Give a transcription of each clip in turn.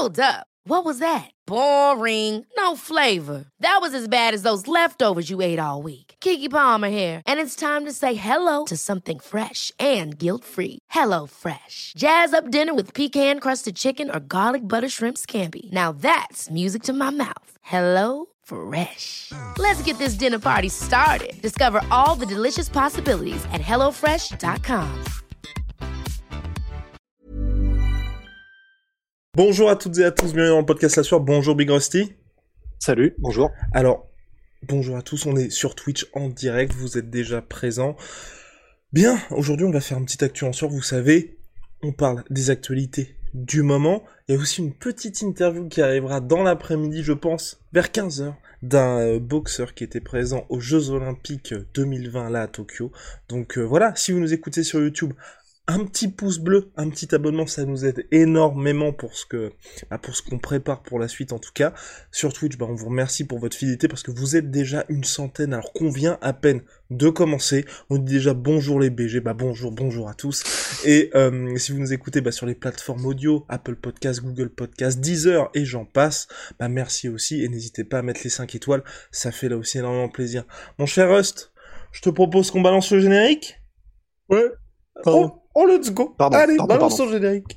Hold up. What was that? Boring. No flavor. That was as bad as those leftovers you ate all week. Keke Palmer here. And it's time to say hello to something fresh and guilt-free. Hello Fresh. Jazz up dinner with pecan-crusted chicken or garlic butter shrimp scampi. Now that's music to my mouth. Hello Fresh. Let's get this dinner party started. Discover all the delicious possibilities at hellofresh.com. Bonjour à toutes et à tous, bienvenue dans le podcast La Sueur. Bonjour Big Rusty. Salut, bonjour. Alors, bonjour à tous, on est sur Twitch en direct, vous êtes déjà présents. Bien, aujourd'hui on va faire une petite actu en sueur, vous savez, on parle des actualités du moment. Il y a aussi une petite interview qui arrivera dans l'après-midi, je pense, vers 15h, d'un boxeur qui était présent aux Jeux Olympiques 2020 là à Tokyo. Donc voilà, si vous nous écoutez sur YouTube, un petit pouce bleu, un petit abonnement, ça nous aide énormément pour ce qu'on prépare pour la suite en tout cas. Sur Twitch, on vous remercie pour votre fidélité parce que vous êtes déjà une centaine alors qu'on vient à peine de commencer. On dit déjà bonjour les BG, bonjour à tous. Et si vous nous écoutez sur les plateformes audio, Apple Podcast, Google Podcast, Deezer et j'en passe, merci aussi et n'hésitez pas à mettre les 5 étoiles, ça fait là aussi énormément plaisir. Mon cher Rust, je te propose qu'on balance le générique. Ouais. Pardon. Oh, let's go. Allez, balance le générique.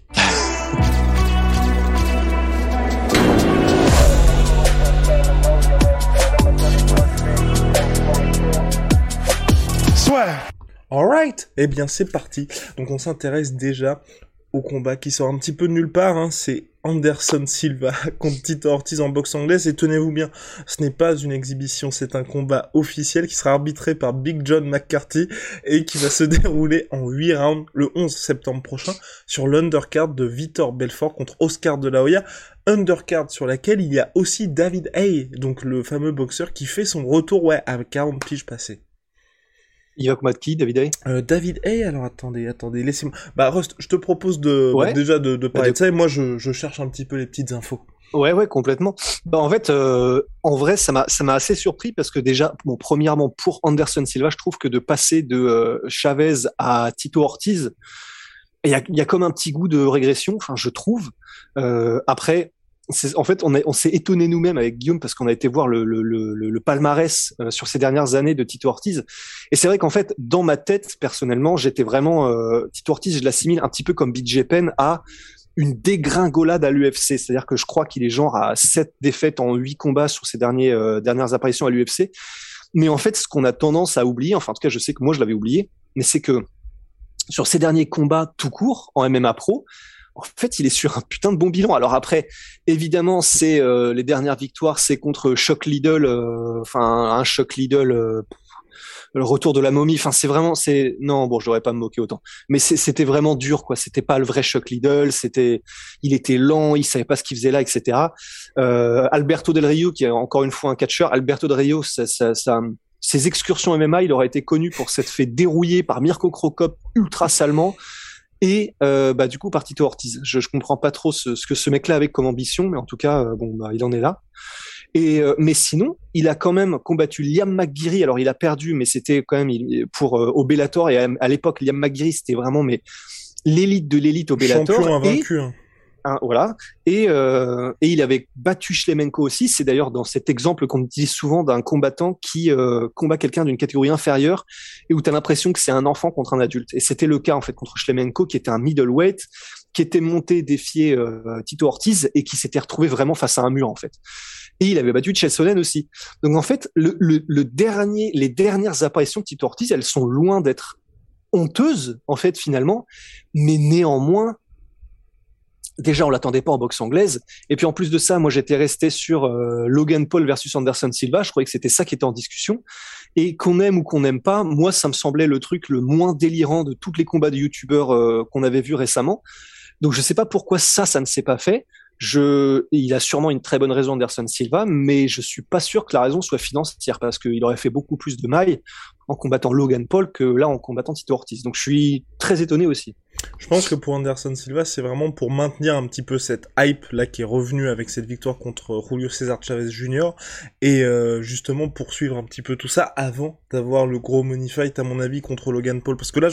Soit. Alright. Eh bien, c'est parti. Donc, on s'intéresse déjà au combat qui sort un petit peu de nulle part, c'est Anderson Silva contre Tito Ortiz en boxe anglaise, et tenez-vous bien, ce n'est pas une exhibition, c'est un combat officiel qui sera arbitré par Big John McCarthy et qui va se dérouler en 8 rounds le 11 septembre prochain sur l'undercard de Vitor Belfort contre Oscar de la Hoya, undercard sur laquelle il y a aussi David Haye, donc le fameux boxeur qui fait son retour à 40 piges passées. Il va combattre qui, David Haye David Haye, alors attendez, laissez-moi... Rust, je te propose de parler de ça, et moi je cherche un petit peu les petites infos. Ouais, complètement. En fait, en vrai, ça m'a assez surpris parce que déjà, premièrement, pour Anderson Silva, je trouve que de passer de Chavez à Tito Ortiz, il y a comme un petit goût de régression, je trouve. Après... En fait, on s'est étonné nous-mêmes avec Guillaume parce qu'on a été voir le palmarès sur ces dernières années de Tito Ortiz. Et c'est vrai qu'en fait, dans ma tête, personnellement, j'étais vraiment Tito Ortiz, je l'assimile un petit peu comme BJ Penn à une dégringolade à l'UFC. C'est-à-dire que je crois qu'il est genre à 7 défaites en 8 combats sur ses dernières apparitions à l'UFC. Mais en fait, ce qu'on a tendance à oublier, enfin en tout cas, je sais que moi je l'avais oublié, mais c'est que sur ses derniers combats tout court en MMA Pro, en fait, il est sur un putain de bon bilan. Alors après, évidemment, c'est les dernières victoires, c'est contre Chuck Liddell, un Chuck Liddell, le retour de la momie. Non, je devrais pas me moquer autant. Mais c'était vraiment dur, quoi. C'était pas le vrai Chuck Liddell. Il était lent, il savait pas ce qu'il faisait là, etc. Alberto Del Rio, qui est encore une fois un catcheur. Alberto Del Rio, ses excursions MMA, il aurait été connu pour s'être fait dérouiller par Mirko Cro Cop ultra salement. Et du coup par Tito Ortiz. Je comprends pas trop ce que ce mec-là avait comme ambition, mais en tout cas il en est là. Et mais sinon, il a quand même combattu Liam McGeary. Alors il a perdu, mais c'était quand même au Bellator, et à l'époque Liam McGeary c'était vraiment l'élite de l'élite au Bellator. Champion invaincu. Voilà. Et il avait battu Shlemenko aussi. C'est d'ailleurs dans cet exemple qu'on utilise souvent d'un combattant qui combat quelqu'un d'une catégorie inférieure et où tu as l'impression que c'est un enfant contre un adulte. Et c'était le cas en fait contre Shlemenko, qui était un middleweight, qui était monté défier Tito Ortiz et qui s'était retrouvé vraiment face à un mur en fait. Et il avait battu Chesonen aussi. Donc en fait, les dernières apparitions de Tito Ortiz, elles sont loin d'être honteuses en fait finalement, mais néanmoins, déjà, on l'attendait pas en boxe anglaise. Et puis, en plus de ça, moi, j'étais resté sur Logan Paul versus Anderson Silva. Je croyais que c'était ça qui était en discussion. Et qu'on aime ou qu'on n'aime pas, moi, ça me semblait le truc le moins délirant de tous les combats de youtubeurs qu'on avait vus récemment. Donc, je sais pas pourquoi ça ne s'est pas fait. Il a sûrement une très bonne raison, Anderson Silva, mais je suis pas sûr que la raison soit financière, parce qu'il aurait fait beaucoup plus de mailles en combattant Logan Paul que là en combattant Tito Ortiz. Donc je suis très étonné aussi. Je pense que pour Anderson Silva, c'est vraiment pour maintenir un petit peu cette hype là qui est revenue avec cette victoire contre Julio César Chavez Jr. et justement poursuivre un petit peu tout ça avant d'avoir le gros money fight à mon avis contre Logan Paul, parce que là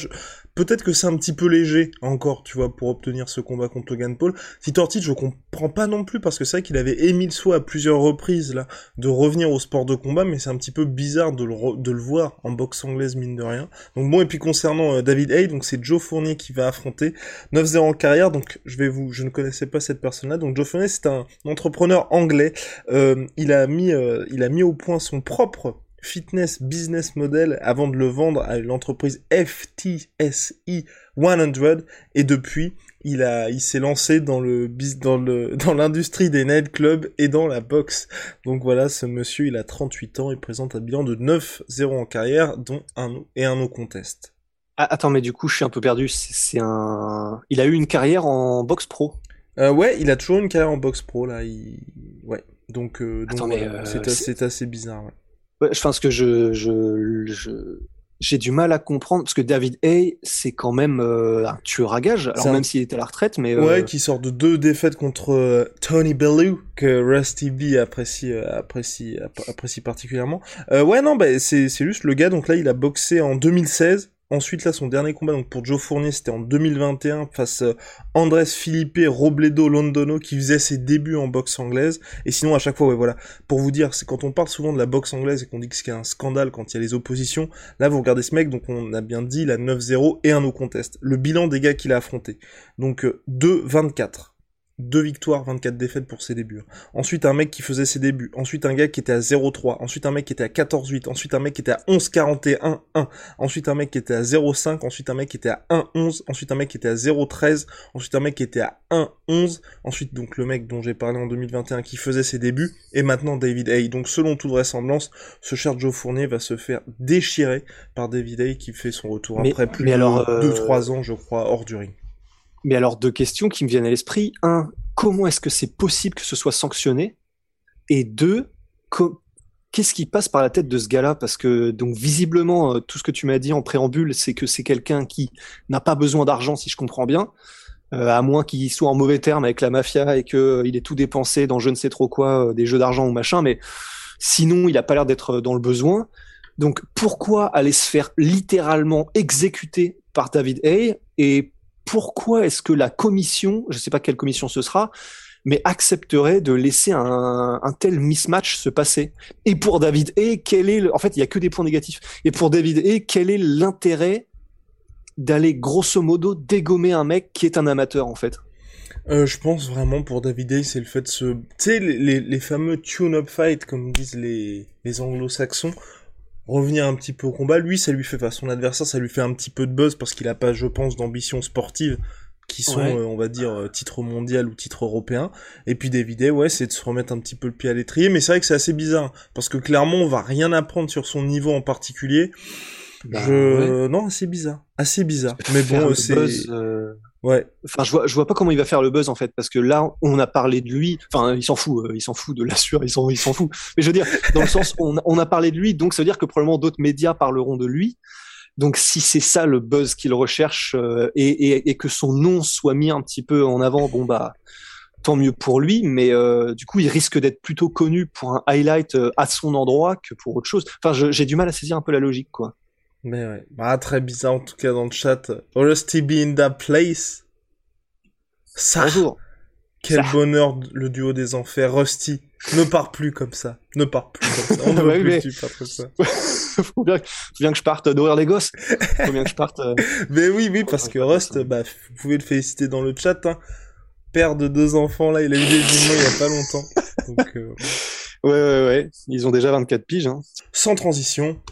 peut-être que c'est un petit peu léger encore, tu vois, pour obtenir ce combat contre Logan Paul. Tito Ortiz, je comprends pas non plus, parce que c'est vrai qu'il avait émis le souhait à plusieurs reprises, là, de revenir au sport de combat, mais c'est un petit peu bizarre de le voir en boxe anglaise, mine de rien. Donc bon, et puis concernant David Haye, donc c'est Joe Fournier qui va affronter 9-0 en carrière, donc je ne connaissais pas cette personne-là. Donc Joe Fournier, c'est un entrepreneur anglais. Il a mis au point son propre fitness business model avant de le vendre à l'entreprise FTSE 100, et depuis il s'est lancé dans l'industrie des nightclubs et dans la boxe. Donc voilà, ce monsieur, il a 38 ans et présente un bilan de 9-0 en carrière, dont un no contest. Ah, attends, mais du coup, je suis un peu perdu. Il a eu une carrière en boxe pro. Ouais, il a toujours une carrière en boxe pro là. Ouais. Donc Attends, voilà. C'est assez bizarre. Ouais. Ouais, je pense que j'ai du mal à comprendre parce que David Haye, c'est quand même un tueur à gages. Alors même s'il est à la retraite, mais ouais, qui sort de 2 défaites contre Tony Bellew que Rusty B apprécie particulièrement. Ouais, non, bah c'est juste le gars. Donc là, il a boxé en 2016. Ensuite, là, son dernier combat, donc pour Joe Fournier, c'était en 2021 face Andrés Filipe Robledo Londono, qui faisait ses débuts en boxe anglaise. Et sinon, à chaque fois, ouais, voilà. Pour vous dire, c'est quand on parle souvent de la boxe anglaise et qu'on dit que c'est un scandale quand il y a les oppositions, là, vous regardez ce mec, donc on a bien dit, il a 9-0 et un no contest. Le bilan des gars qu'il a affrontés. Donc, 2-24. 2 victoires, 24 défaites pour ses débuts. Ensuite, un mec qui faisait ses débuts. Ensuite, un gars qui était à 0-3. Ensuite, un mec qui était à 14-8. Ensuite, un mec qui était à 11-41-1. Ensuite, un mec qui était à 0-5. Ensuite, un mec qui était à 1-11. Ensuite, un mec qui était à 0-13. Ensuite, un mec qui était à 1-11. Ensuite, donc, le mec dont j'ai parlé en 2021 qui faisait ses débuts. Et maintenant, David Haye. Donc, selon toute vraisemblance, ce cher Joe Fournier va se faire déchirer par David Haye qui fait son retour après plus de 2-3 ans, je crois, hors du ring. Mais alors, 2 questions qui me viennent à l'esprit. 1, comment est-ce que c'est possible que ce soit sanctionné? Et 2, qu'est-ce qui passe par la tête de ce gars-là? Parce que, donc, visiblement, tout ce que tu m'as dit en préambule, c'est que c'est quelqu'un qui n'a pas besoin d'argent, si je comprends bien, à moins qu'il soit en mauvais terme avec la mafia et qu'il ait tout dépensé dans je ne sais trop quoi, des jeux d'argent ou machin, mais sinon, il a pas l'air d'être dans le besoin. Donc, pourquoi aller se faire littéralement exécuter par David Haye? Et pourquoi est-ce que la commission, je sais pas quelle commission ce sera, mais accepterait de laisser un tel mismatch se passer? Et pour David Haye, en fait, il y a que des points négatifs. Et pour David Haye, quel est l'intérêt d'aller grosso modo dégommer un mec qui est un amateur, en fait? Je pense vraiment pour David Haye, c'est le fait de tu sais, les fameux tune-up fight, comme disent les anglo-saxons, revenir un petit peu au combat. Lui, ça lui fait, son adversaire, ça lui fait un petit peu de buzz parce qu'il a pas, je pense, d'ambition sportive qui sont, on va dire, titre mondial ou titre européen. Et puis David Haye, ouais, c'est de se remettre un petit peu le pied à l'étrier. Mais c'est vrai que c'est assez bizarre parce que clairement, on va rien apprendre sur son niveau en particulier. Non, assez bizarre. Mais bon, c'est... Ouais. Enfin, je vois pas comment il va faire le buzz, en fait, parce que là, on a parlé de lui. Enfin, il s'en fout de l'assure, il s'en fout. Mais je veux dire, dans le sens, on a parlé de lui, donc ça veut dire que probablement d'autres médias parleront de lui. Donc, si c'est ça le buzz qu'il recherche, et que son nom soit mis un petit peu en avant, bon, bah, tant mieux pour lui, mais du coup, il risque d'être plutôt connu pour un highlight à son endroit que pour autre chose. Enfin, j'ai du mal à saisir un peu la logique, quoi. Mais ouais, très bizarre en tout cas dans le chat. Rusty be in that place. Ça. Bonjour. Quel bonheur le duo des enfers. Rusty, ne pars plus comme ça. On ne veut plus que tu partes comme ça. Faut bien que je parte nourrir les gosses. Faut bien que je parte. Mais oui, parce que Rust, vous pouvez le féliciter dans le chat. Hein. Père de 2 enfants là, il a eu des jumeaux il y a pas longtemps. Donc. Ouais. Ils ont déjà 24 piges. Hein. Sans transition.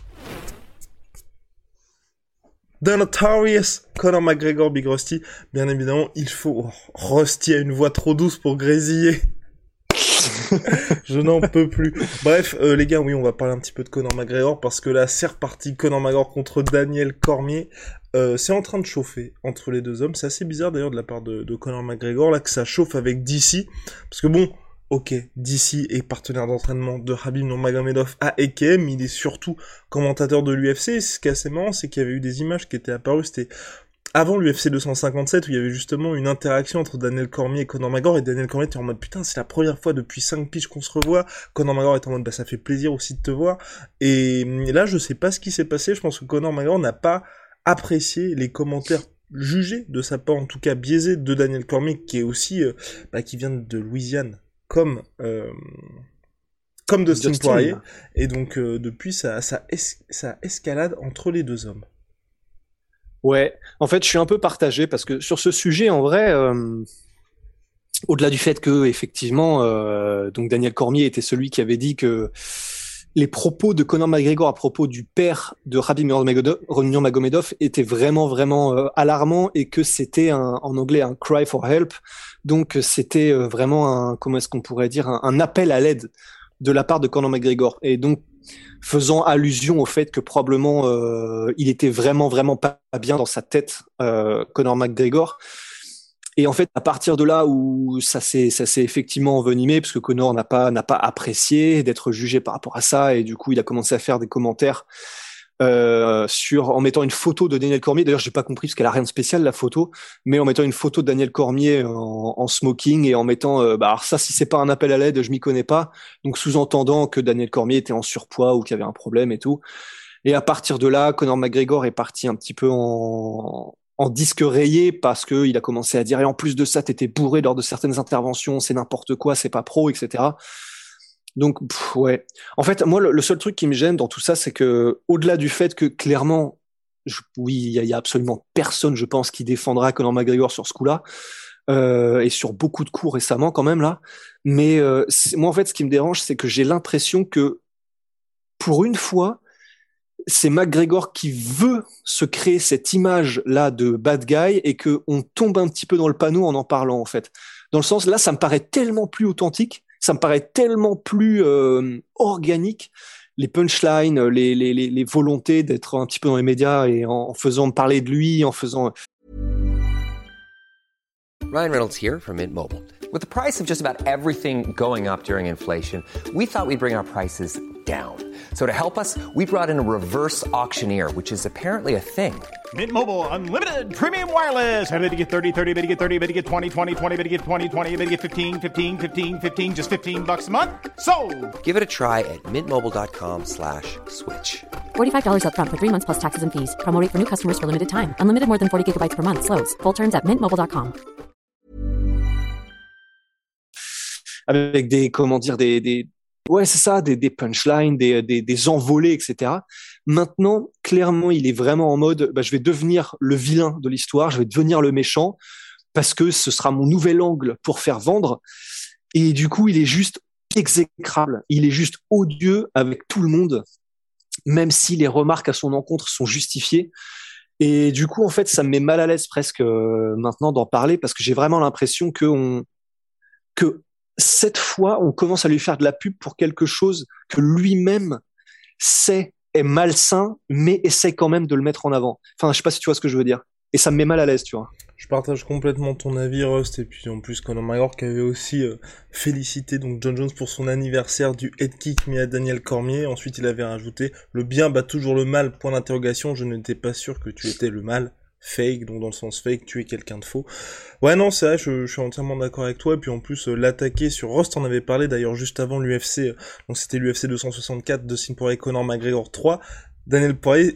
The Notorious Conor McGregor, Big Rusty. Bien évidemment, il faut... Rusty a une voix trop douce pour grésiller. Je n'en peux plus. Bref, les gars, oui, on va parler un petit peu de Conor McGregor parce que là, c'est reparti. Conor McGregor contre Daniel Cormier. C'est en train de chauffer entre les deux hommes. C'est assez bizarre d'ailleurs de la part de Conor McGregor, là, que ça chauffe avec DC. Parce que bon... Ok, DC est partenaire d'entraînement de Khabib Nurmagomedov à EKM, il est surtout commentateur de l'UFC. Ce qui est assez marrant, c'est qu'il y avait eu des images qui étaient apparues, c'était avant l'UFC 257, où il y avait justement une interaction entre Daniel Cormier et Conor McGregor, et Daniel Cormier était en mode, putain, c'est la première fois depuis 5 piges qu'on se revoit. Conor McGregor est en mode, ça fait plaisir aussi de te voir. Et là, je sais pas ce qui s'est passé, je pense que Conor McGregor n'a pas apprécié les commentaires jugés de sa part, en tout cas biaisés, de Daniel Cormier, qui est aussi, qui vient de Louisiane, comme Dustin Poirier, et donc depuis ça escalade entre les deux hommes. Ouais, en fait, je suis un peu partagé parce que sur ce sujet, en vrai, au-delà du fait que effectivement, donc Daniel Cormier était celui qui avait dit que les propos de Conor McGregor à propos du père de Khabib Nurmagomedov étaient vraiment alarmants et que c'était en anglais un cry for help. Donc c'était vraiment comment est-ce qu'on pourrait dire un appel à l'aide de la part de Conor McGregor, et donc faisant allusion au fait que probablement il était vraiment pas bien dans sa tête, Conor McGregor. Et en fait, à partir de là où ça s'est effectivement envenimé, parce que Conor n'a pas apprécié d'être jugé par rapport à ça, et du coup, il a commencé à faire des commentaires en mettant une photo de Daniel Cormier. D'ailleurs, j'ai pas compris parce qu'elle a rien de spécial la photo, mais en mettant une photo de Daniel Cormier en smoking et en mettant, alors ça, si c'est pas un appel à l'aide, je m'y connais pas. Donc sous-entendant que Daniel Cormier était en surpoids ou qu'il y avait un problème et tout. Et à partir de là, Conor McGregor est parti un petit peu en disque rayé parce que il a commencé à dire, et en plus de ça, t'étais bourré lors de certaines interventions, c'est n'importe quoi, c'est pas pro, etc. Donc, ouais. En fait, moi, le seul truc qui me gêne dans tout ça, c'est que, au-delà du fait que, clairement, oui, il y a absolument personne, je pense, qui défendra Conor McGregor sur ce coup-là, et sur beaucoup de coups récemment, quand même, là. Mais, moi, en fait, ce qui me dérange, c'est que j'ai l'impression que, pour une fois, c'est McGregor qui veut se créer cette image-là de bad guy et que on tombe un petit peu dans le panneau en parlant, en fait. Dans le sens, là, ça me paraît tellement plus authentique, ça me paraît tellement plus organique, les punchlines, les volontés d'être un petit peu dans les médias et en faisant parler de lui, en faisant... Ryan Reynolds here from Mint Mobile. With the price of just about everything going up during inflation, we thought we'd bring our prices down. So to help us, we brought in a reverse auctioneer, which is apparently a thing. Mint Mobile Unlimited Premium Wireless. How to get 30, 30, bit to get 30, bit to get 20, 20, 20, bit to get 20, 20, bit to get 15, 15, 15, 15, just $15 a month? Sold! Give it a try at mintmobile.com/switch. $45 up front for 3 months plus taxes and fees. Promo rate for new customers for limited time. Unlimited more than 40 gigabytes per month. Slows full terms at mintmobile.com. Avec des ouais, c'est ça, des punchlines, des envolées, etc. Maintenant, clairement, il est vraiment en mode, je vais devenir le vilain de l'histoire, je vais devenir le méchant, parce que ce sera mon nouvel angle pour faire vendre. Et du coup, il est juste exécrable, il est juste odieux avec tout le monde, même si les remarques à son encontre sont justifiées. Et du coup, en fait, ça me met mal à l'aise presque maintenant d'en parler, parce que j'ai vraiment l'impression que cette fois, on commence à lui faire de la pub pour quelque chose que lui-même sait est malsain, mais essaie quand même de le mettre en avant. Enfin, je sais pas si tu vois ce que je veux dire. Et ça me met mal à l'aise, tu vois. Je partage complètement ton avis, Rust, et puis en plus Conor McGregor qui avait aussi félicité donc John Jones pour son anniversaire du head kick mis à Daniel Cormier. Ensuite, il avait rajouté « Le bien bat toujours le mal, point d'interrogation, je n'étais pas sûr que tu étais le mal. » Fake, donc dans le sens fake, tu es quelqu'un de faux. Ouais, non, c'est vrai, je suis entièrement d'accord avec toi, et puis en plus, l'attaquer sur Rust en avait parlé, d'ailleurs, juste avant l'UFC, donc c'était l'UFC 264, Dustin Poirier, Conor McGregor 3, Daniel Poirier...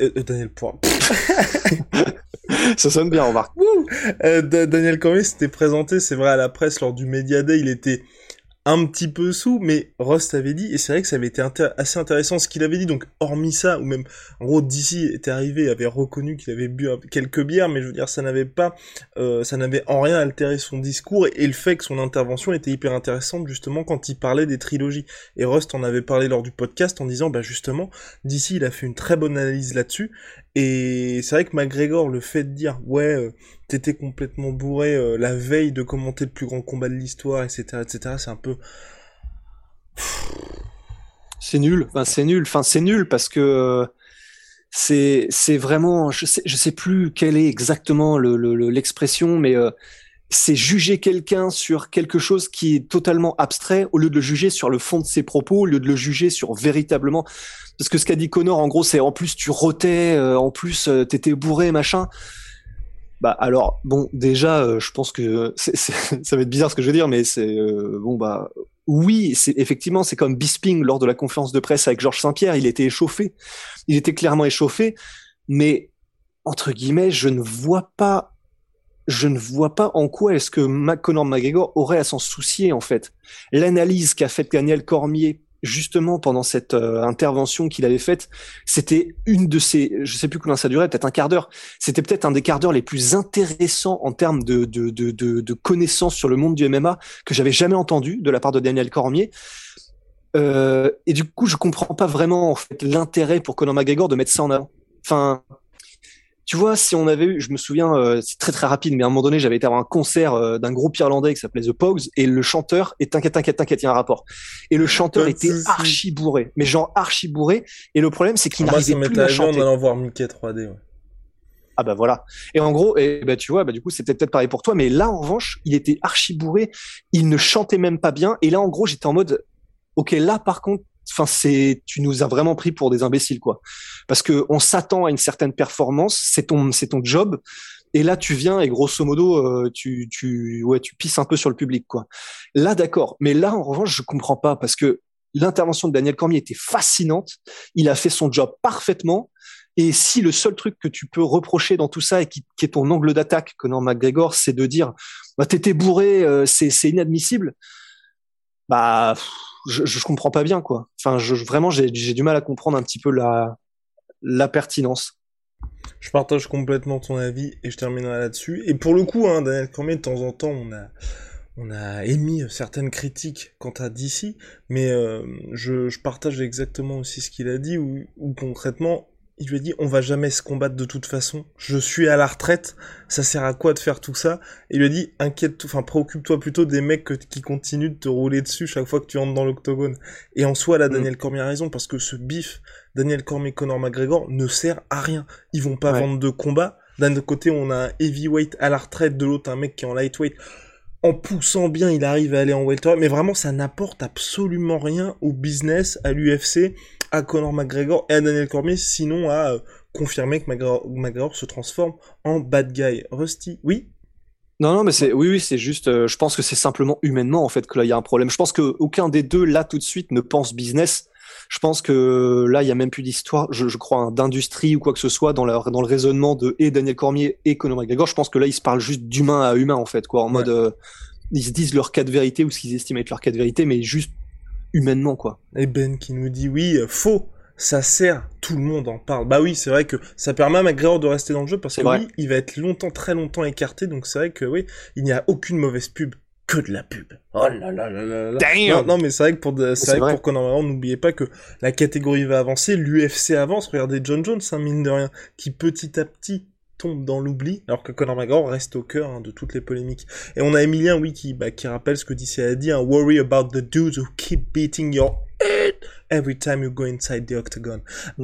Ça sonne bien, remarque. Daniel Cormier s'était présenté, c'est vrai, à la presse lors du Media Day, il était un petit peu sous, mais Rust avait dit, et c'est vrai que ça avait été assez intéressant ce qu'il avait dit, donc hormis ça, ou même, en gros, DC était arrivé, avait reconnu qu'il avait bu quelques bières, mais je veux dire, ça n'avait en rien altéré son discours, et le fait que son intervention était hyper intéressante, justement, quand il parlait des trilogies. Et Rust en avait parlé lors du podcast en disant, justement, DC, il a fait une très bonne analyse là-dessus, et c'est vrai que McGregor, le fait de dire, t'étais complètement bourré la veille de commenter le plus grand combat de l'histoire, etc., c'est un peu... C'est nul. C'est nul parce que c'est vraiment... Je sais plus quelle est exactement l'expression, mais c'est juger quelqu'un sur quelque chose qui est totalement abstrait, au lieu de le juger sur le fond de ses propos, au lieu de le juger sur véritablement... Parce que ce qu'a dit Conor, en gros, c'est en plus tu rotais, en plus t'étais bourré, machin... alors bon, déjà je pense que ça va être bizarre ce que je veux dire, mais c'est oui, c'est effectivement, c'est comme Bisping lors de la conférence de presse avec Georges Saint-Pierre, il était échauffé, il était clairement échauffé, mais entre guillemets, je ne vois pas en quoi est-ce que Conor McGregor aurait à s'en soucier, en fait. L'analyse qu'a faite Daniel Cormier, justement, pendant cette intervention qu'il avait faite, c'était une de ces, je sais plus combien ça durait, peut-être un quart d'heure. C'était peut-être un des quarts d'heure les plus intéressants en termes de connaissances sur le monde du MMA que j'avais jamais entendu de la part de Daniel Cormier. Et du coup, je comprends pas vraiment, en fait, l'intérêt pour Conor McGregor de mettre ça en avant. Enfin, tu vois, si on avait eu, je me souviens, c'est très très rapide, mais à un moment donné, j'avais été à un concert d'un groupe irlandais qui s'appelait The Pogues, et le chanteur, et t'inquiète, il y a un rapport. Et le chanteur était archi bourré, mais genre archi bourré, et le problème, c'est qu'il n'arrivait plus à chanter. En allant voir Mickey 3D, ouais. Ah bah voilà. Et en gros, tu vois, du coup, c'est peut-être pareil pour toi, mais là, en revanche, il était archi bourré, il ne chantait même pas bien, et là, en gros, j'étais en mode, ok, là, par contre, enfin, tu nous as vraiment pris pour des imbéciles, quoi. Parce que on s'attend à une certaine performance, c'est ton job. Et là, tu viens et grosso modo, tu pisses un peu sur le public, quoi. Là, d'accord. Mais là, en revanche, je comprends pas parce que l'intervention de Daniel Cormier était fascinante. Il a fait son job parfaitement. Et si le seul truc que tu peux reprocher dans tout ça et qui est ton angle d'attaque, Conor McGregor, c'est de dire, bah, t'étais bourré, c'est inadmissible. Bah, je comprends pas bien, quoi. Enfin, vraiment, j'ai du mal à comprendre un petit peu la pertinence. Je partage complètement ton avis et je terminerai là-dessus. Et pour le coup, hein, Daniel Cormier, de temps en temps, on a émis certaines critiques quant à DC, mais je partage exactement aussi ce qu'il a dit, où concrètement, il lui a dit, on va jamais se combattre de toute façon, je suis à la retraite, ça sert à quoi de faire tout ça? Et il lui a dit, préoccupe-toi plutôt des mecs qui continuent de te rouler dessus chaque fois que tu entres dans l'octogone. Et en soi, là, Daniel Cormier a raison, parce que ce bif, Daniel Cormier-Conor McGregor, ne sert à rien. Ils vont pas vendre de combat. D'un côté, on a un heavyweight à la retraite, de l'autre, un mec qui est en lightweight. En poussant bien, il arrive à aller en welterweight, mais vraiment, ça n'apporte absolument rien au business, à l'UFC, à Conor McGregor et à Daniel Cormier, sinon à confirmer que McGregor se transforme en bad guy. Rusty, oui? Non, mais c'est juste, je pense que c'est simplement humainement, en fait, que là, il y a un problème. Je pense que aucun des deux, là, tout de suite, ne pense business. Je pense que là, il y a même plus d'histoire, je crois, hein, d'industrie ou quoi que ce soit dans le raisonnement de Daniel Cormier et Conor McGregor. Je pense que là, ils se parlent juste d'humain à humain, en fait, quoi, en mode, ils se disent leur cas de vérité ou ce qu'ils estiment être leur cas de vérité, mais juste humainement, quoi. Et Ben qui nous dit, oui, faux, ça sert, tout le monde en parle. Bah oui, c'est vrai que ça permet à McGregor de rester dans le jeu, parce que oui, il va être très longtemps écarté, donc c'est vrai que oui, il n'y a aucune mauvaise pub. Que de la pub. Oh là là là là là. Damn. Non, mais c'est vrai que pour Conor McGregor, n'oubliez pas que la catégorie va avancer, l'UFC avance, regardez John Jones, hein, mine de rien, qui petit à petit tombe dans l'oubli, alors que Conor McGregor reste au cœur, hein, de toutes les polémiques. Et on a Emilien, oui, qui rappelle ce que DC a dit, worry about the dudes who keep beating your head every time you go inside the octagon.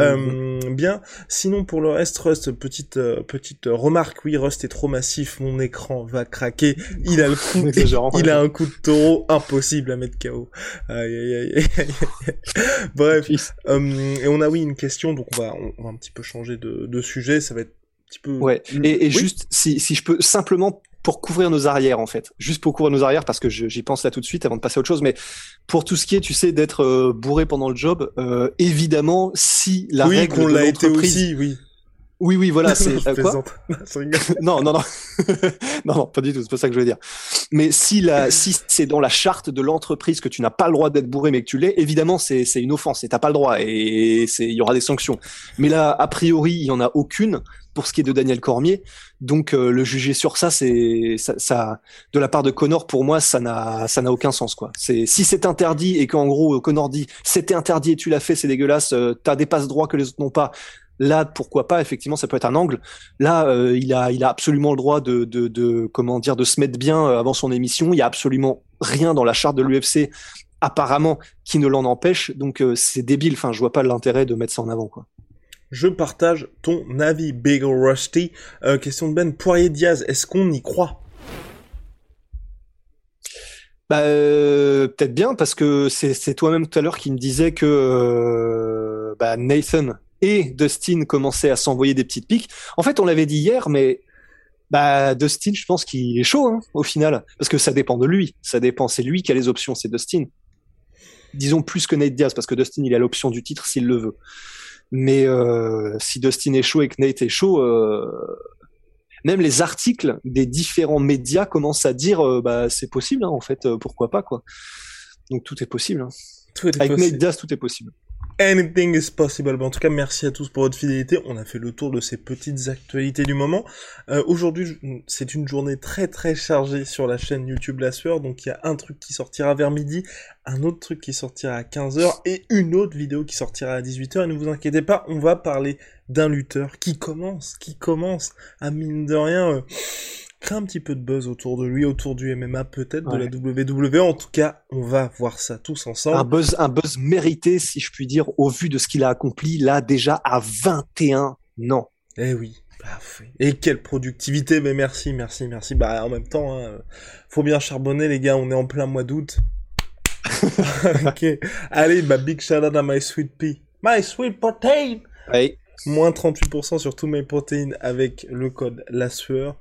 Bien. Sinon, pour le reste, Rust, petite remarque. Oui, Rust est trop massif. Mon écran va craquer. Il a le coup, il a un coup de taureau impossible à mettre KO. Aïe. Bref. Et on a, oui, une question. Donc, on va un petit peu changer de sujet. Ça va être un petit peu... Ouais. Et oui. Juste, si je peux simplement, pour couvrir nos arrières, en fait. Juste pour couvrir nos arrières, parce que j'y pense là tout de suite avant de passer à autre chose, mais pour tout ce qui est, tu sais, d'être bourré pendant le job, évidemment, si la règle qu'on de l'a été l'entreprise... aussi, oui. Oui, voilà, c'est quoi? Non, non, pas du tout, c'est pas ça que je veux dire. Mais si c'est dans la charte de l'entreprise que tu n'as pas le droit d'être bourré mais que tu l'es, évidemment c'est une offense et t'as pas le droit et il y aura des sanctions. Mais là, a priori, il y en a aucune pour ce qui est de Daniel Cormier. Donc le juger sur ça, ça de la part de Conor, pour moi, ça n'a aucun sens, quoi. Si c'est interdit et qu'en gros Conor dit c'était interdit et tu l'as fait, c'est dégueulasse, t'as des passe-droits que les autres n'ont pas. Là, pourquoi pas, effectivement, ça peut être un angle. Là, il a absolument le droit de se mettre bien avant son émission. Il y a absolument rien dans la charte de l'UFC, apparemment, qui ne l'en empêche. Donc, c'est débile. Enfin, je vois pas l'intérêt de mettre ça en avant, quoi. Je partage ton avis, Big Rusty. Question de Ben. Poirier-Diaz, est-ce qu'on y croit? Bah, peut-être bien, parce que c'est toi-même tout à l'heure qui me disais que Nathan et Dustin commençaient à s'envoyer des petites piques. En fait, on l'avait dit hier, mais Dustin, je pense qu'il est chaud, hein, au final, parce que ça dépend de lui. Ça dépend, c'est lui qui a les options, c'est Dustin. Disons plus que Nate Diaz, parce que Dustin, il a l'option du titre s'il le veut. Mais si Dustin est chaud et que Nate est chaud, même les articles des différents médias commencent à dire c'est possible, hein, en fait, pourquoi pas, quoi. Donc tout est possible. Hein. Avec Nate Diaz, tout est possible. Anything is possible. En tout cas, merci à tous pour votre fidélité. On a fait le tour de ces petites actualités du moment. Aujourd'hui, c'est une journée très très chargée sur la chaîne YouTube La Sueur. Donc il y a un truc qui sortira vers midi, un autre truc qui sortira à 15h et une autre vidéo qui sortira à 18h. Et ne vous inquiétez pas, on va parler d'un lutteur qui commence à mine de rien créer un petit peu de buzz autour de lui, autour du MMA peut-être, de la WWE. En tout cas, on va voir ça tous ensemble. Un buzz mérité, si je puis dire, au vu de ce qu'il a accompli là déjà à 21 ans. Eh oui. Et quelle productivité, mais merci. Bah, en même temps, hein, faut bien charbonner, les gars, on est en plein mois d'août. Ok. Allez, big shout out à My Sweet Pea. My Sweet Protein! Oui. Moins 38% sur tous mes protéines avec le code La Sueur.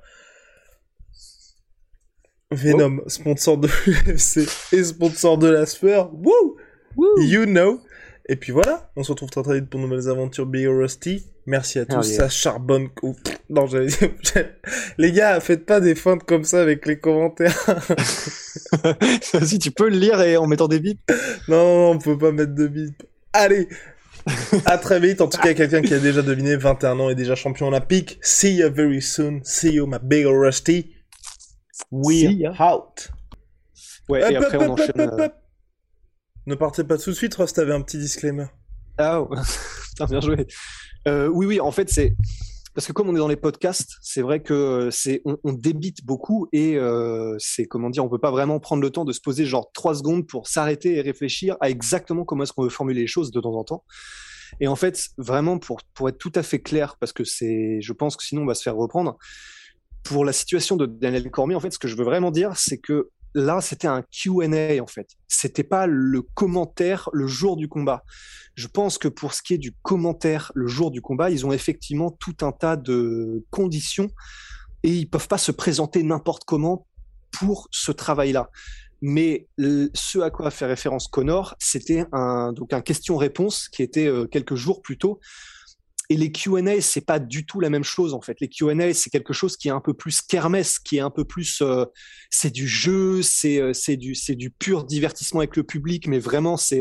Venom, sponsor de l'UFC et sponsor de La Sueur. Woo! You know. Et puis voilà, on se retrouve très très vite pour de nouvelles aventures Big or Rusty. Merci à tous, ça charbonne. Non, les gars, faites pas des feintes comme ça avec les commentaires. Si tu peux le lire et en mettant des bips. Non, on peut pas mettre de bips. Allez, à très vite. En tout cas, quelqu'un qui a déjà deviné 21 ans et déjà champion olympique. See you very soon. See you, my Big or Rusty. We're out. Ouais, et après on enchaîne. Ne partez pas tout de suite, Ross, t'avais un petit disclaimer. Ah, putain, bien joué. Oui, en fait, c'est parce que comme on est dans les podcasts, c'est vrai que on débite beaucoup et c'est comment dire, on peut pas vraiment prendre le temps de se poser genre 3 secondes pour s'arrêter et réfléchir à exactement comment est-ce qu'on veut formuler les choses de temps en temps. Et en fait, vraiment pour être tout à fait clair, parce que je pense que sinon on va se faire reprendre. Pour la situation de Daniel Cormier, en fait, ce que je veux vraiment dire, c'est que là, c'était un Q&A, en fait. C'était pas le commentaire le jour du combat. Je pense que pour ce qui est du commentaire le jour du combat, ils ont effectivement tout un tas de conditions et ils peuvent pas se présenter n'importe comment pour ce travail-là. Mais ce à quoi fait référence Connor, c'était un question-réponse qui était quelques jours plus tôt. Et les Q&A, c'est pas du tout la même chose, en fait. Les Q&A, c'est quelque chose qui est un peu plus kermesse, qui est un peu plus, c'est du jeu, c'est du pur divertissement avec le public, mais vraiment, c'est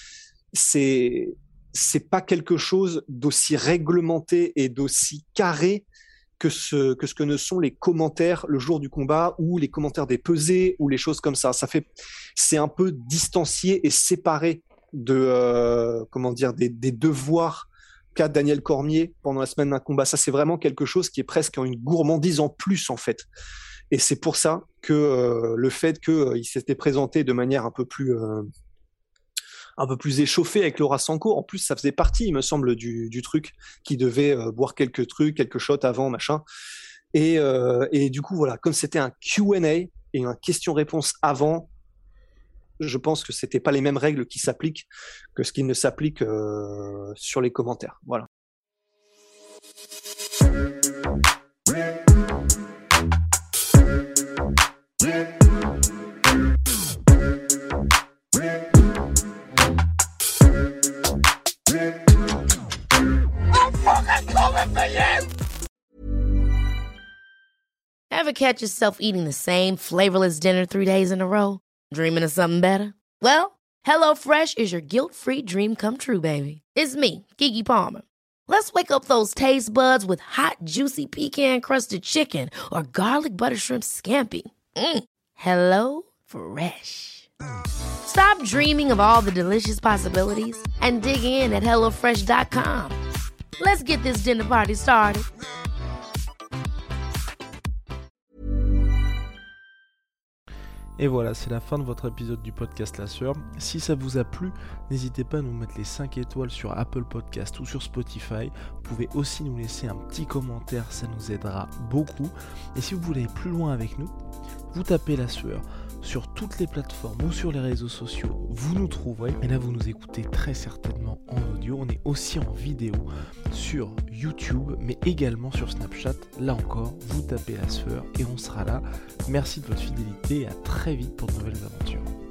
pas quelque chose d'aussi réglementé et d'aussi carré que ce que ne sont les commentaires le jour du combat ou les commentaires des pesées ou les choses comme ça. C'est un peu distancié et séparé de, des devoirs qu'a Daniel Cormier pendant la semaine d'un combat. Ça, c'est vraiment quelque chose qui est presque une gourmandise en plus, en fait. Et c'est pour ça que le fait qu'il s'était présenté de manière un peu plus échauffée avec Laura Sanko, en plus, ça faisait partie, il me semble, du truc, qui devait boire quelques shots avant, machin. Et du coup, voilà, comme c'était un Q&A et une question-réponse avant, je pense que c'était pas les mêmes règles qui s'appliquent que ce qui ne s'applique sur les commentaires. Voilà. Ever catch yourself eating the same flavorless dinner 3 days in a row? Dreaming of something better? Well, HelloFresh is your guilt-free dream come true, baby. It's me, Keke Palmer. Let's wake up those taste buds with hot, juicy pecan-crusted chicken or garlic butter shrimp scampi. Hello Fresh. Stop dreaming of all the delicious possibilities and dig in at HelloFresh.com. Let's get this dinner party started. Et voilà, c'est la fin de votre épisode du podcast La Sueur. Si ça vous a plu, n'hésitez pas à nous mettre les 5 étoiles sur Apple Podcast ou sur Spotify. Vous pouvez aussi nous laisser un petit commentaire, ça nous aidera beaucoup. Et si vous voulez aller plus loin avec nous, vous tapez La Sueur sur toutes les plateformes ou sur les réseaux sociaux, vous nous trouverez. Et là, vous nous écoutez très certainement en audio. On est aussi en vidéo sur YouTube, mais également sur Snapchat. Là encore, vous tapez La Sueur et on sera là. Merci de votre fidélité et à très vite pour de nouvelles aventures.